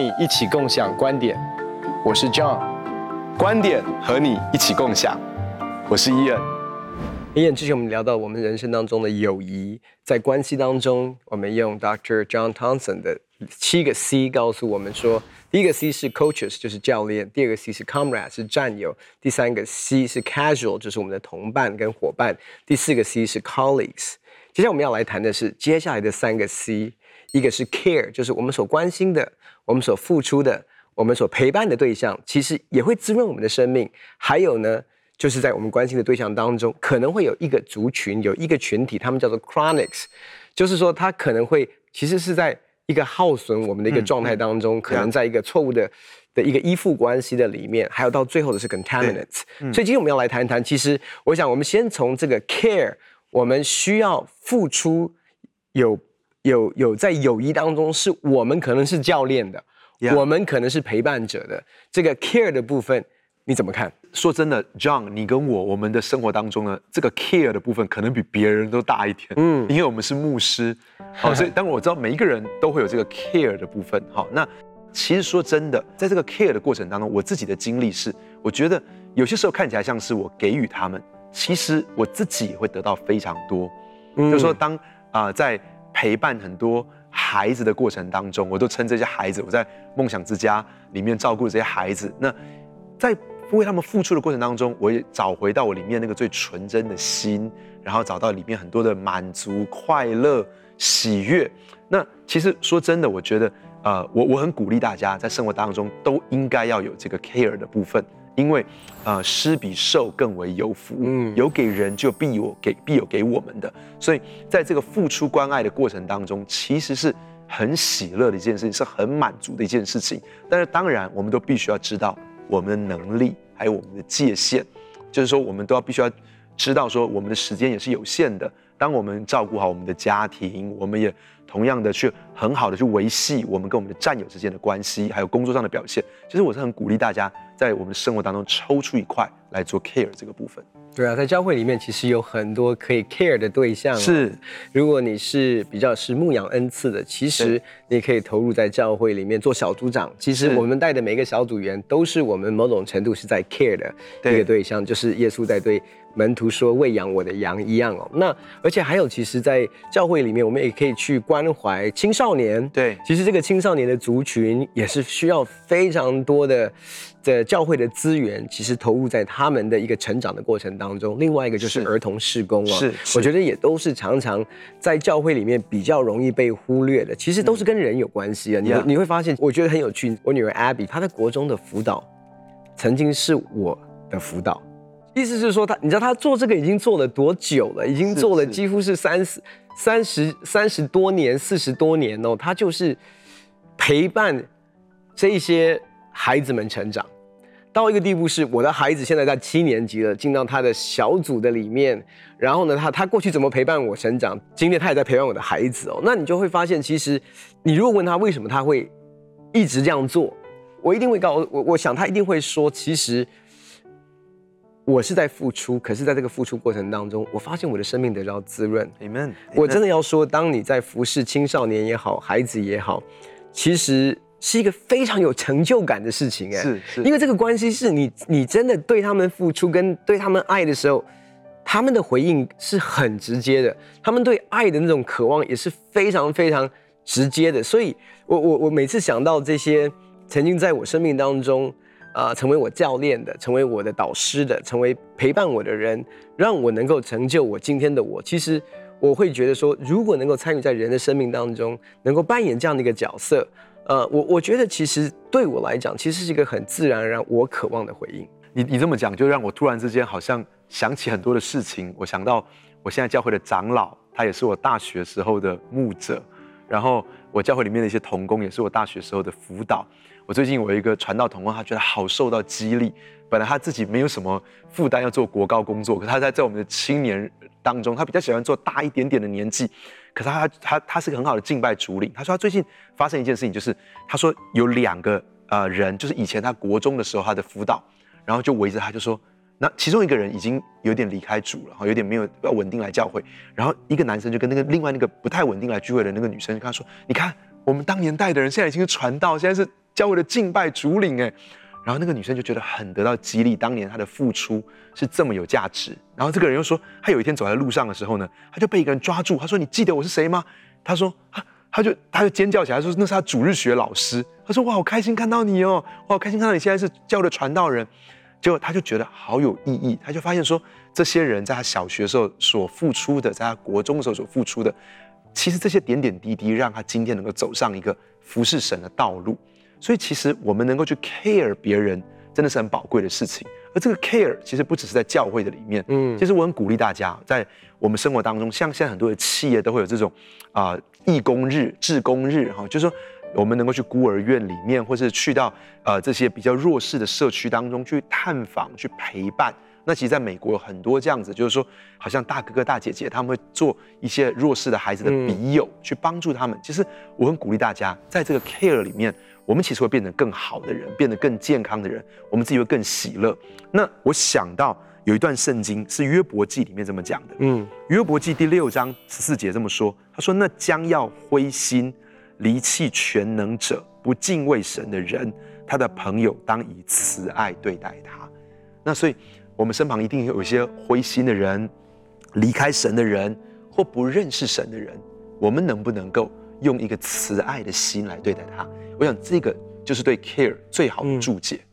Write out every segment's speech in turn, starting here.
你一起共享观点，我是 John， 观点和你一起共享，我是Ian。之前我们聊到我们人生当中的友谊，在关系当中，我们用 Dr. John Thompson 的7个 C 告诉我们说，第一个 C 是 coaches， 就是教练；第二个 C 是 comrade， 是战友；第三个 C 是 casual， 就是我们的同伴跟伙伴；第四个 C 是 colleagues。接下来我们要来谈的是接下来的3个 C， 一个是 care， 就是我们所关心的，我们所付出的，我们所陪伴的对象，其实也会滋润我们的生命。还有呢，就是在我们关心的对象当中，可能会有一个族群，有一个群体，他们叫做 chronics， 就是说他可能会其实是在一个耗损我们的一个状态当中，可能在一个错误的一个依附关系的里面，还有到最后的是 contaminants。所以今天我们要来谈一谈，其实我想我们先从这个 care， 我们需要付出有在友谊当中，是我们可能是教练的，我们可能是陪伴者的，这个 care 的部分你怎么看？ 说真的 ，John， 你跟我们的生活当中呢，这个 care 的部分可能比别人都大一点，因为我们是牧师，所以当然我知道每一个人都会有这个 care 的部分，那其实说真的，在这个 care 的过程当中，我自己的经历是，我觉得有些时候看起来像是我给予他们，其实我自己也会得到非常多，就是说当在陪伴很多孩子的过程当中，我都称这些孩子，我在梦想之家里面照顾这些孩子，那在为他们付出的过程当中，我也找回到我里面那个最纯真的心，然后找到里面很多的满足、快乐、喜悦。那其实说真的，我觉得我很鼓励大家在生活当中都应该要有这个 care 的部分，因为施比受更为有福，有给人就必有给我们的，所以在这个付出关爱的过程当中，其实是很喜乐的一件事情，是很满足的一件事情。但是当然，我们都必须要知道我们的能力还有我们的界限，就是说我们都必须要知道说我们的时间也是有限的。当我们照顾好我们的家庭，我们也同样的去很好的去维系我们跟我们的战友之间的关系，还有工作上的表现。其实我是很鼓励大家在我们的生活当中抽出一块来做 care 这个部分。 对啊，在教会里面其实有很多可以 care 的对象。 是， 如果你是比较是牧养恩赐的，其实你可以投入在教会里面做小组长。其实我们带的每个小组员都是我们某种程度是在 care 的一个对象，就是耶稣在对门徒说喂养我的羊一样哦。那而且还有，其实在教会里面我们也可以去关怀青少年。 对， 其实这个青少年的族群也是需要非常多的教会的资源，其实投入在他们的一个成长的过程当中。另外一个就是儿童事工哦，我觉得也都是常常在教会里面比较容易被忽略的，其实都是跟人有关系啊。你会发现，我觉得很有趣。我女儿 Abby， 她在国中的辅导曾经是我的辅导，意思是说你知道她做这个已经做了多久了？已经做了几乎是30多年、40多年哦。她就是陪伴这些孩子们成长。到一个地步是，我的孩子现在在7年级了，进到他的小组的里面，然后呢，他过去怎么陪伴我成长，今天他也在陪伴我的孩子哦。那你就会发现，其实你如果问他为什么他会一直这样做，我一定会我想他一定会说，其实我是在付出，可是在这个付出过程当中，我发现我的生命得到滋润。 Amen。 我真的要说，当你在服侍青少年也好，孩子也好，其实是一个非常有成就感的事情， 是， 因为这个关系是你真的对他们付出跟对他们爱的时候，他们的回应是很直接的，他们对爱的那种渴望也是非常非常直接的。所以我每次想到这些曾经在我生命当中成为我教练的，成为我的导师的，成为陪伴我的人，让我能够成就我今天的我，其实我会觉得说，如果能够参与在人的生命当中，能够扮演这样的一个角色，我觉得其实对我来讲，其实是一个很自然而然我渴望的回应。 你这么讲，就让我突然之间好像想起很多的事情。我想到我现在教会的长老，他也是我大学时候的牧者，然后我教会里面的一些同工，也是我大学时候的辅导。我最近有一个传道同工，他觉得好受到激励。本来他自己没有什么负担要做国高工作，可是他在我们的青年当中，他比较喜欢做大一点点的年纪。可是他是个很好的敬拜主领。他说他最近发生一件事情，就是他说有2个人，就是以前他国中的时候他的辅导，然后就围着他就说，那其中一个人已经有点离开主了，有点没有要稳定来教会，然后一个男生就跟另外那个不太稳定来聚会的那个女生就跟他说，你看我们当年带的人现在已经是传道，现在是教会的敬拜主领哎。然后那个女生就觉得很得到激励，当年她的付出是这么有价值。然后这个人又说，他有一天走在路上的时候呢，他就被一个人抓住，他说：“你记得我是谁吗？”他说：“他就尖叫起来，说那是他主日学老师。”他说：“哇，好开心看到你哦，哇，好开心看到你现在是教会的传道人。”结果他就觉得好有意义，他就发现说，这些人在他小学的时候所付出的，在他国中的时候所付出的，其实这些点点滴滴让他今天能够走上一个服侍神的道路。所以其实我们能够去 care 别人，真的是很宝贵的事情。而这个 care 其实不只是在教会的里面，其实我很鼓励大家，在我们生活当中，像现在很多的企业都会有这种义工日、志工日，就是说我们能够去孤儿院里面，或是去到这些比较弱势的社区当中去探访、去陪伴。那其实在美国有很多这样子，就是说好像大哥哥大姐姐他们会做一些弱势的孩子的笔友，去帮助他们。其实我很鼓励大家在这个 care 里面，我们其实会变得更好的人，变得更健康的人，我们自己会更喜乐。那我想到有一段圣经是约伯记里面这么讲的，约伯记第6章14节这么说，他说：“那将要灰心离弃全能者，不敬畏神的人，他的朋友当以慈爱对待他。”那所以我们身旁一定有一些灰心的人，离开神的人，或不认识神的人，我们能不能够用一个慈爱的心来对待他？我想这个就是对 care 最好的注解。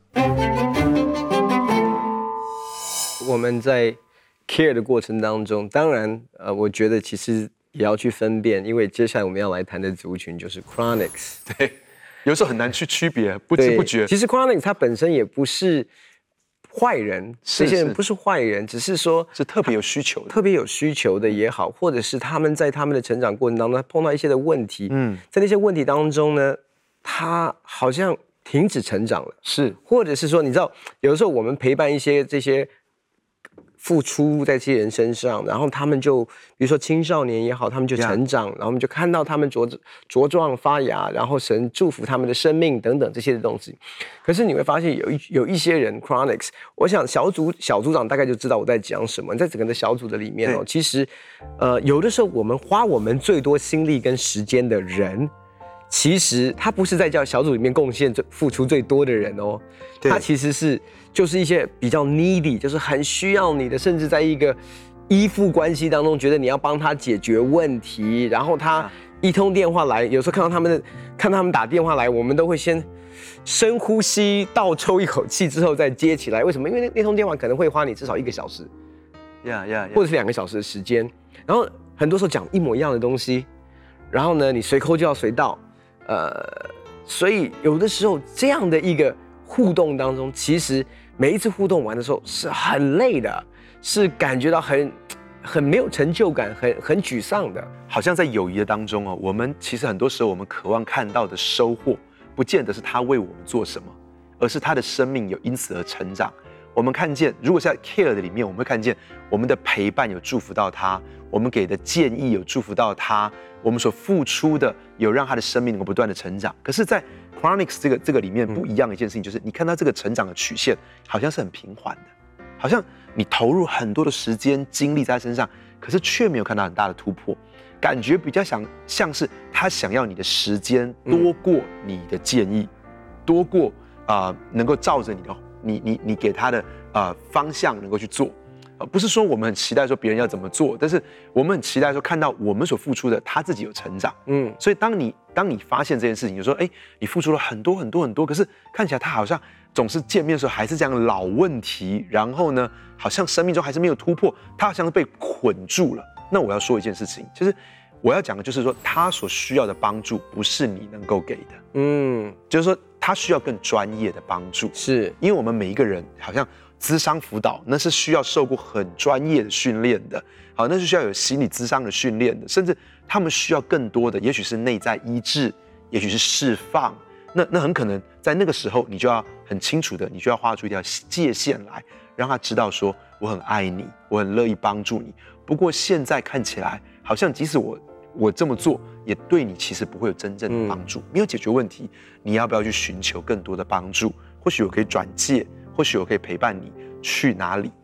我们在 care 的过程当中，当然我觉得其实也要去分辨，因为接下来我们要来谈的族群就是 chronics。 对，有时候很难去区别，不知不觉。 其实 chronics 它本身也不是坏人，这些人不是坏人，只是说是特别有需求的， 特别有需求的也好，或者是他们在他们的成长过程当中碰到一些的问题，在那些问题当中呢，他好像停止成长了， 是， 或者是说，你知道，有的时候我们陪伴一些这些付出在这些人身上，然后他们就，比如说青少年也好，他们就成长，然后我们就看到他们茁壮发芽，然后神祝福他们的生命等等这些的东西。可是你会发现有一些人 chronics， 我想小组长大概就知道我在讲什么。在整个的小组的里面哦，其实有的时候我们花我们最多心力跟时间的人，其实他不是在叫小组里面贡献付出最多的人哦，他其实就是一些比较 needy， 就是很需要你的，甚至在一个依附关系当中，觉得你要帮他解决问题，然后他一通电话来，有时候看他们打电话来，我们都会先深呼吸，倒抽一口气之后再接起来。为什么？因为那通电话可能会花你至少1个小时，或者是2个小时的时间，然后很多时候讲一模一样的东西，然后呢，你随口就要随到。所以有的时候这样的一个互动当中，其实每一次互动完的时候是很累的，是感觉到很没有成就感，很沮丧的。 好像在友谊的当中哦，我们其实很多时候我们渴望看到的收获，不见得是他为我们做什么，而是他的生命有因此而成长。我们看见，如果是在 care 的里面，我们会看见我们的陪伴有祝福到他，我们给的建议有祝福到他，我们所付出的有让他的生命能够不断的成长。可是，在 chronics 这个里面不一样的一件事情，就是你看到这个成长的曲线好像是很平缓的，好像你投入很多的时间精力在他身上，可是却没有看到很大的突破，感觉比较像是他想要你的时间多过你的建议，多过能够照着你给他的方向能够去做。不是说我们很期待说别人要怎么做，但是我们很期待说看到我们所付出的他自己有成长。所以当你发现这件事情，就说你付出了很多很多很多，可是看起来他好像总是见面的时候还是这样老问题，然后呢好像生命中还是没有突破，他好像是被捆住了。那我要说一件事情，其实我要讲的就是说，他所需要的帮助不是你能够给的。就是说他需要更专业的帮助， 是因为我们每一个人好像諮商辅导，那是需要受过很专业的训练的，好，那是需要有心理諮商的训练的，甚至他们需要更多的，也许是内在医治，也许是释放。那很可能在那个时候，你就要很清楚的，你就要画出一条界限来，让他知道说我很爱你，我很乐意帮助你。不过现在看起来，好像即使我这么做，也对你其实不会有真正的帮助，没有解决问题。你要不要去寻求更多的帮助？或许我可以转介，或许我可以陪伴你去哪里。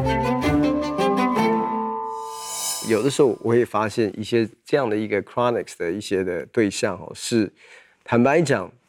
有的时候我也发现一些这样的一个 chronics 的一些的对象是坦白讲，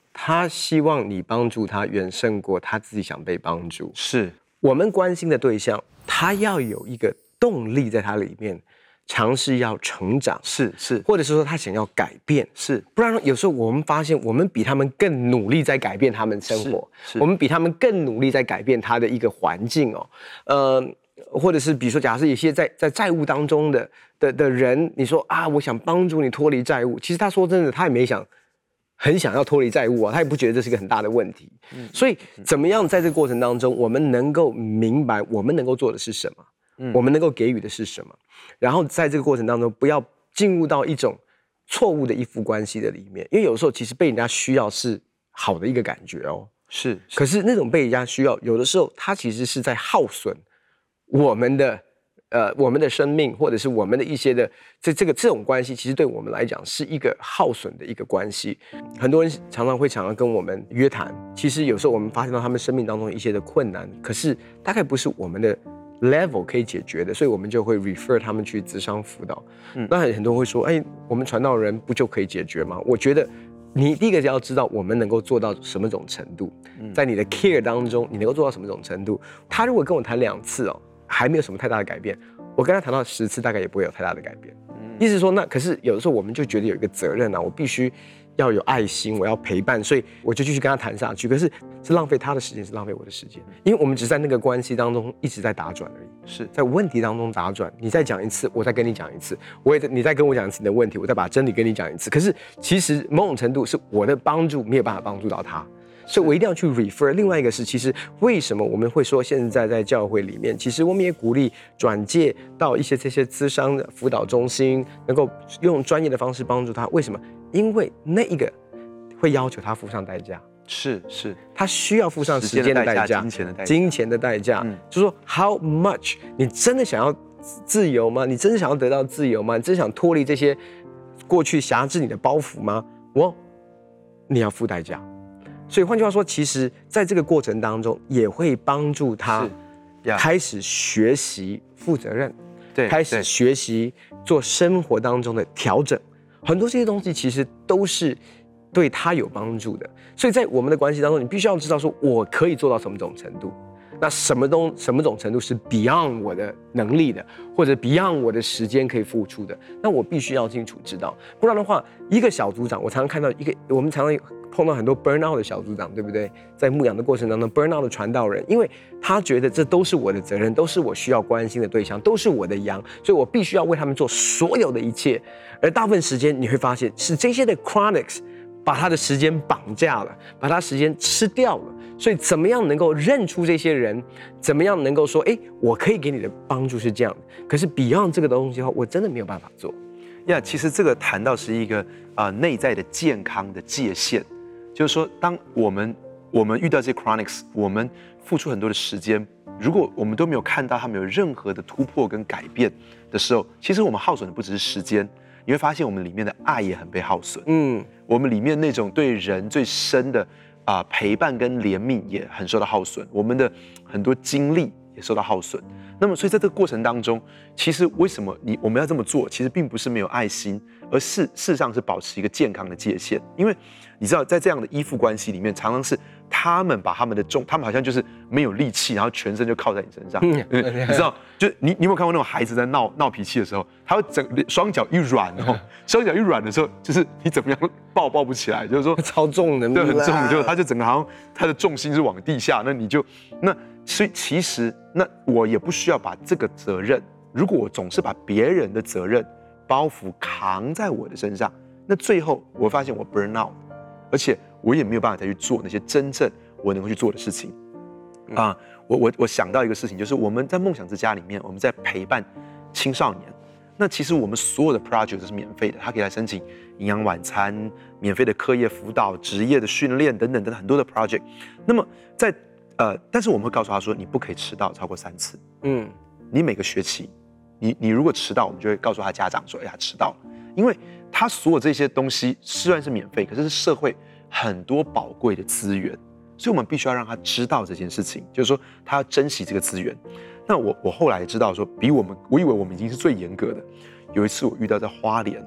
他希望你帮助他，远胜过他自己想被帮助。 是我们关心的对象，他要有一个动力在他里面，尝试要成长， 是， 或者是说他想要改变， 是， 不然有时候我们发现，我们比他们更努力在改变他们生活，我们比他们更努力在改变他的一个环境哦，或者是比如说，假设有些在债务当中的人，你说啊，我想帮助你脱离债务，其实他说真的，他也没很想要脱离债务啊，他也不觉得这是一个很大的问题。所以怎么样在这个过程当中，我们能够明白我们能够做的是什么，我们能够给予的是什么，然后在这个过程当中，不要进入到一种错误的依附关系的里面，因为有时候其实被人家需要是好的一个感觉哦，可是那种被人家需要，有的时候它其实是在耗损我们的生命，或者是我们的一些的这种关系，其实对我们来讲是一个耗损的一个关系。很多人常常跟我们约谈，其实有时候我们发现到他们生命当中一些的困难，可是大概不是我们的 level 可以解决的，所以我们就会 refer 他们去咨商辅导。那很多人会说，我们传道人不就可以解决吗？我觉得你第一个就要知道我们能够做到什么种程度，在你的 care 当中，你能够做到什么种程度。他如果跟我谈2次哦，还没有什么太大的改变，我跟他谈到10次，大概也不会有太大的改变。意思是说，那可是有的时候我们就觉得有一个责任啊，我必须要有爱心，我要陪伴，所以我就继续跟他谈下去。可是浪费他的时间，是浪费我的时间，因为我们只在那个关系当中一直在打转而已， 是在问题当中打转。你再讲一次，我再跟你讲一次，你再跟我讲一次你的问题，我再把真理跟你讲一次。可是其实某种程度是我的帮助没有办法帮助到他。所以我一定要去 refer。另外一个是，其实为什么我们会说现在在教会里面，其实我们也鼓励转介到一些这些咨商的辅导中心，能够用专业的方式帮助他。为什么？因为那一个会要求他付上代价， 是， 他需要付上时间的代价、金钱的代价。就是说 how much 你真的想要自由吗？你真的想要得到自由吗？你真的想脱离这些过去辖制你的包袱吗？你要付代价。所以换句话说，其实在这个过程当中，也会帮助他开始学习负责任，开始学习做生活当中的调整。很多这些东西其实都是对他有帮助的。所以在我们的关系当中，你必须要知道说，我可以做到什么种程度，那什么种程度是 beyond 我的能力的，或者 beyond 我的时间可以付出的，那我必须要清楚知道。不然的话，一个小组长，我常常看到我们常常碰到很多 burnout 的小组长，对不对？在牧养的过程当中 burnout 的传道人，因为他觉得这都是我的责任，都是我需要关心的对象，都是我的羊，所以我必须要为他们做所有的一切。而大部分时间你会发现，是这些的 chronics 把他的时间绑架了，把他时间吃掉了。所以怎么样能够认出这些人？怎么样能够说，我可以给你的帮助是这样的，可是 beyond 这个东西的话，我真的没有办法做。 其实这个谈到是一个内在的健康的界限。就是说，当我们遇到这些 chronics， 我们付出很多的时间，如果我们都没有看到他们有任何的突破跟改变的时候，其实我们耗损的不只是时间，你会发现我们里面的爱也很被耗损。我们里面那种对人最深的陪伴跟怜悯也很受到耗损，我们的很多精力也受到耗损。那么，所以在这个过程当中，其实为什么我们要这么做？其实并不是没有爱心，而事实上是保持一个健康的界限。因为你知道，在这样的依附关系里面，常常是他们把他们好像就是没有力气，然后全身就靠在你身上。你知道，就你有没有看过那种孩子在闹脾气的时候，他会双脚一软双脚一软的时候，就是你怎么样抱不起来，就是说超重的， 对，很重，就他就整个好像他的重心是往地下，所以其实那我也不需要把这个责任，如果我总是把别人的责任包袱扛在我的身上，那最后我会发现我 burn out， 而且我也没有办法再去做那些真正我能够去做的事情。我想到一个事情，就是我们在梦想之家里面，我们在陪伴青少年。那其实我们所有的 project 都是免费的，他可以来申请营养晚餐、免费的课业辅导、职业的训练等等很多的 project。那么但是我们会告诉他说，你不可以迟到超过3次。你每个学期，你如果迟到，我们就会告诉他家长说，他迟到了，因为他所有这些东西虽然是免费，可是是社会很多宝贵的资源，所以我们必须要让他知道这件事情，就是说他要珍惜这个资源。那我后来知道说，我以为我们已经是最严格的。有一次我遇到在花莲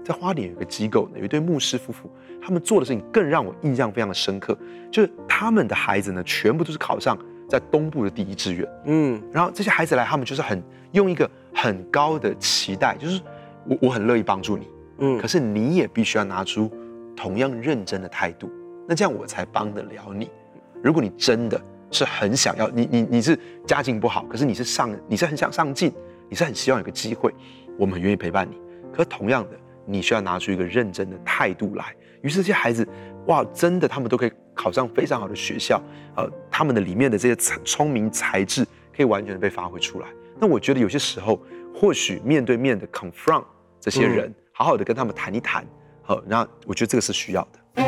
在花莲有一个机构呢，有一对牧师夫妇，他们做的事情更让我印象非常的深刻，就是他们的孩子呢，全部都是考上在东部的第1志愿。然后这些孩子来，他们就是用一个很高的期待，就是我很乐意帮助你，可是你也必须要拿出同样认真的态度，那这样我才帮得了你。如果你真的是很想要，你是家境不好，可是你是很想上进，你是很希望有个机会，我们很愿意陪伴你。可同样的，你需要拿出一个认真的态度来。于是这些孩子，哇，真的他们都可以考上非常好的学校，他们的里面的这些聪明才智可以完全的被发挥出来。那我觉得有些时候，或许面对面的 confront 这些人，好好的跟他们谈一谈，然后我觉得这个是需要的。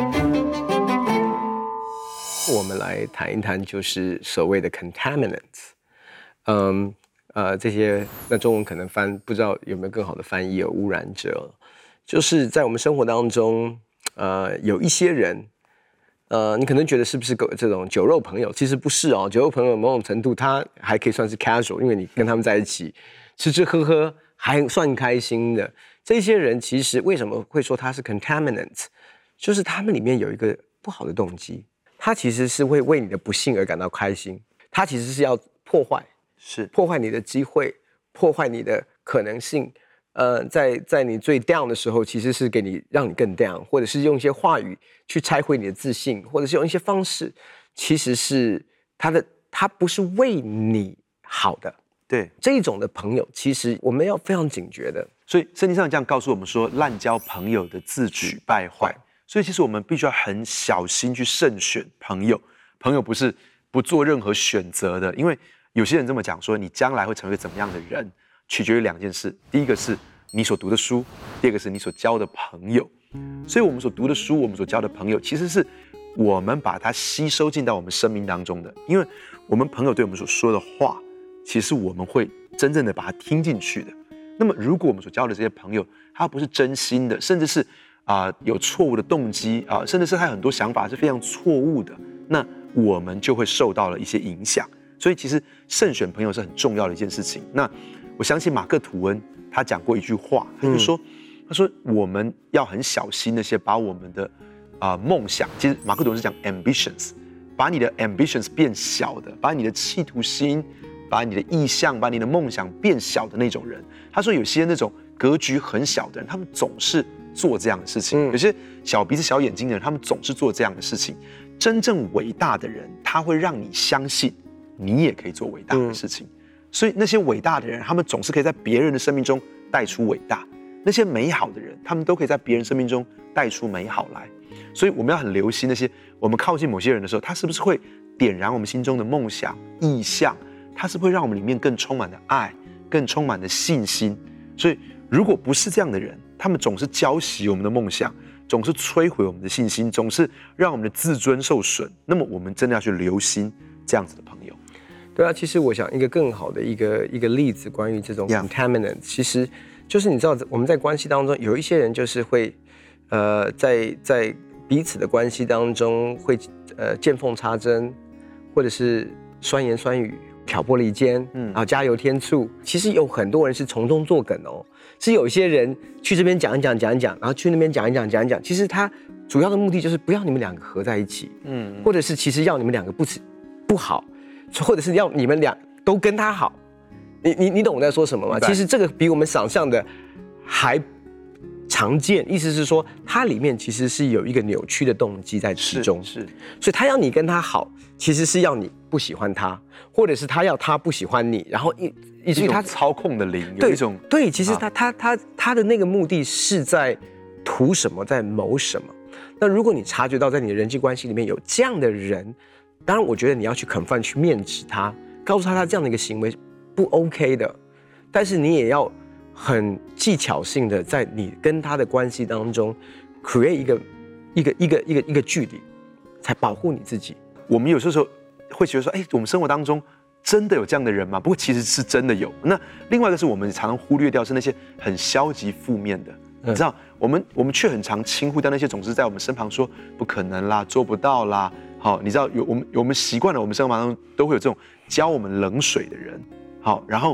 我们来谈一谈，就是所谓的 contaminants，这些那中文可能不知道有没有更好的翻译，有污染者，就是在我们生活当中，有一些人，你可能觉得是不是这种酒肉朋友，其实不是哦，酒肉朋友某种程度他还可以算是 casual， 因为你跟他们在一起吃吃喝喝还算开心的。这些人其实为什么会说他是 contaminants， 就是他们里面有一个不好的动机，他其实是会为你的不幸而感到开心，他其实是要破坏你的机会，破坏你的可能性。在你最 down 的时候，其实是让你更 down， 或者是用一些话语去拆毁你的自信，或者是用一些方式，其实是他不是为你好的。 对， 这种的朋友，其实我们要非常警觉的。 所以圣经上这样告诉我们说，滥交朋友的自取败坏。所以其实我们必须要很小心去慎选朋友。朋友不是不做任何选择的，因为有些人这么讲说，你将来会成为怎么样的人，取决于2件事。第一个是你所读的书，第二个是你所交的朋友。所以我们所读的书，我们所交的朋友，其实是我们把它吸收进到我们生命当中的。因为我们朋友对我们所说的话，其实我们会真正的把它听进去的。那么如果我们所交的这些朋友，他不是真心的，甚至是有错误的动机甚至是他很多想法是非常错误的，那我们就会受到了一些影响。所以其实慎选朋友是很重要的一件事情。那我相信马克吐温他讲过一句话，他说我们要很小心那些把我们的梦想，其实马克吐温是讲 ambitions， 把你的 ambitions 变小的，把你的企图心，把你的意向，把你的梦想变小的那种人。他说有些那种格局很小的人，他们总是做这样的事情。有些小鼻子小眼睛的人，他们总是做这样的事情。真正伟大的人，他会让你相信你也可以做伟大的事情。所以那些伟大的人，他们总是可以在别人的生命中带出伟大。那些美好的人，他们都可以在别人生命中带出美好来。所以我们要很留心那些我们靠近某些人的时候，他是不是会点燃我们心中的梦想、意向？他是不是会让我们里面更充满了爱，更充满了信心？所以如果不是这样的人，他们总是浇熄我们的梦想，总是摧毁我们的信心，总是让我们的自尊受损，那么我们真的要去留心这样子的朋友。 对啊，其实我想一个更好的一个例子，关于这种 contaminant， 其实就是你知道我们在关系当中有一些人就是会在彼此的关系当中会见缝插针，或者是酸言酸语、挑拨离间，然后加油添醋。其实有很多人是从中作梗哦，是有些人去这边讲一讲，然后去那边讲一讲。其实他主要的目的就是不要你们两个合在一起，或者是其实要你们两个不好，或者是要你们俩都跟他好。你懂我在说什么吗？其实这个比我们想象的还常见，意思是说它里面其实是有一个扭曲的动机在其中， 是， 所以他要你跟他好，其实是要你不喜欢他，或者是他要他不喜欢你，然后以至于他操控的灵，有一种对，其实他的那个目的是在图什么，在谋什么。那如果你察觉到在你的人际关系里面有这样的人，当然我觉得你要去confront，去面指他，告诉他这样的一个行为不 OK 的，但是你也要很技巧性的在你跟他的关系当中 create 一个距离，才保护你自己。 我们有时候会觉得说，我们生活当中真的有这样的人吗？不过其实是真的有。那另外一个是我们常常忽略掉是那些很消极负面的，你知道，我们却很常轻忽掉那些总是在我们身旁说不可能啦、做不到啦。好，你知道我们习惯了，我们生活当中都会有这种浇我们冷水的人。好，然后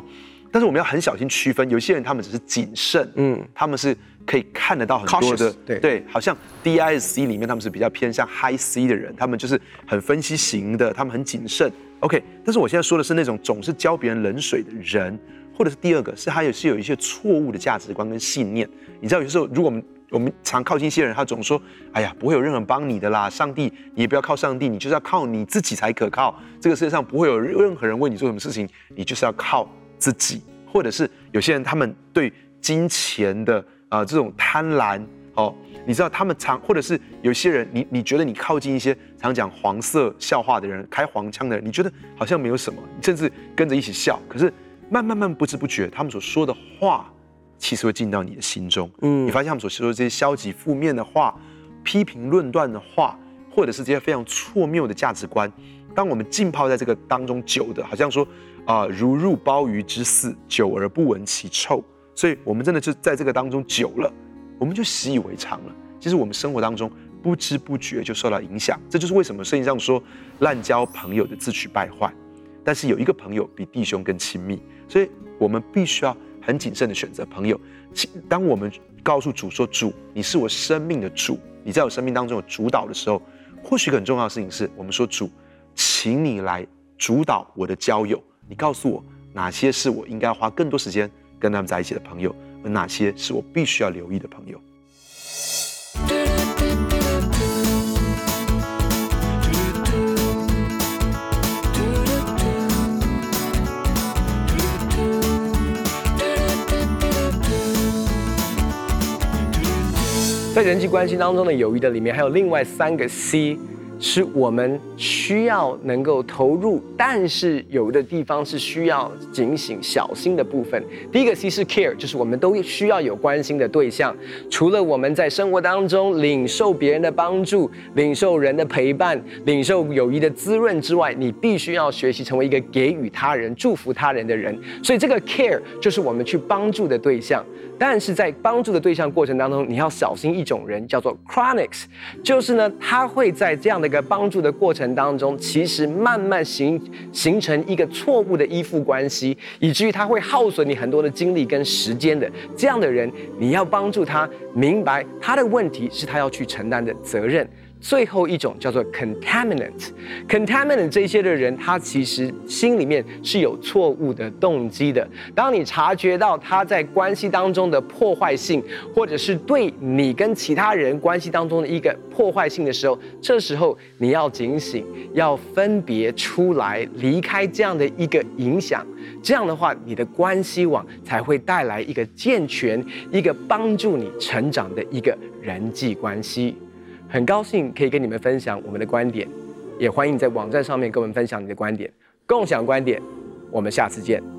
但是我们要很小心区分，有些人他们只是谨慎，他们是可以看得到很多的， Cautious， 对，好像 DISC 里面他们是比较偏向 High C 的人，他们就是很分析型的，他们很谨慎。OK， 但是我现在说的是那种总是浇别人冷水的人，或者是第二个是还是有一些错误的价值观跟信念。你知道，有时候如果我们常靠近一些人，他总说：“哎呀，不会有任何人帮你的啦，上帝你也不要靠上帝，你就是要靠你自己才可靠。这个世界上不会有任何人为你做什么事情，你就是要靠自己。”或者是有些人他们对金钱的这种贪婪，你知道他们或者是有些人，你觉得你靠近一些常讲黄色笑话的人，开黄腔的人，你觉得好像没有什么，你甚至跟着一起笑，可是慢慢不知不觉，他们所说的话其实会进到你的心中。你发现他们所说的这些消极负面的话、批评论断的话，或者是这些非常错谬的价值观，当我们浸泡在这个当中久的，好像说如入鲍鱼之肆，久而不闻其臭。所以我们真的就在这个当中久了，我们就习以为常了。其实我们生活当中不知不觉就受到影响，这就是为什么圣经上说滥交朋友的自取败坏。但是有一个朋友比弟兄更亲密，所以我们必须要很谨慎的选择朋友。当我们告诉主说：“主，你是我生命的主，你在我生命当中有主导的时候，或许一个很重要的事情是，我们说主，请你来主导我的交友，你告诉我哪些是我应该花更多时间跟他们在一起的朋友，而哪些是我必须要留意的朋友。” 在人际关系当中的友谊的里面，还有另外3个 C， 是我们需要能够投入，但是有的地方是需要警醒、小心的部分。第一个 C 是 care， 就是我们都需要有关心的对象。除了我们在生活当中领受别人的帮助、领受人的陪伴、领受友谊的滋润之外，你必须要学习成为一个给予他人、祝福他人的人。所以这个 care 就是我们去帮助的对象。但是在帮助的对象过程当中，你要小心一种人，叫做 chronics， 就是呢，他会在这样的一个帮助的过程当中，其实慢慢形成一个错误的依附关系，以至于他会耗损你很多的精力跟时间的。这样的人，你要帮助他明白他的问题是他要去承担的责任。最后一种叫做 contaminant 这些的人，他其实心里面是有错误的动机的。当你察觉到他在关系当中的破坏性，或者是对你跟其他人关系当中的一个破坏性的时候，这时候你要警醒，要分别出来，离开这样的一个影响。这样的话，你的关系网才会带来一个健全、一个帮助你成长的一个人际关系。很高兴可以跟你们分享我们的观点，也欢迎在网站上面跟我们分享你的观点，共享观点。我们下次见。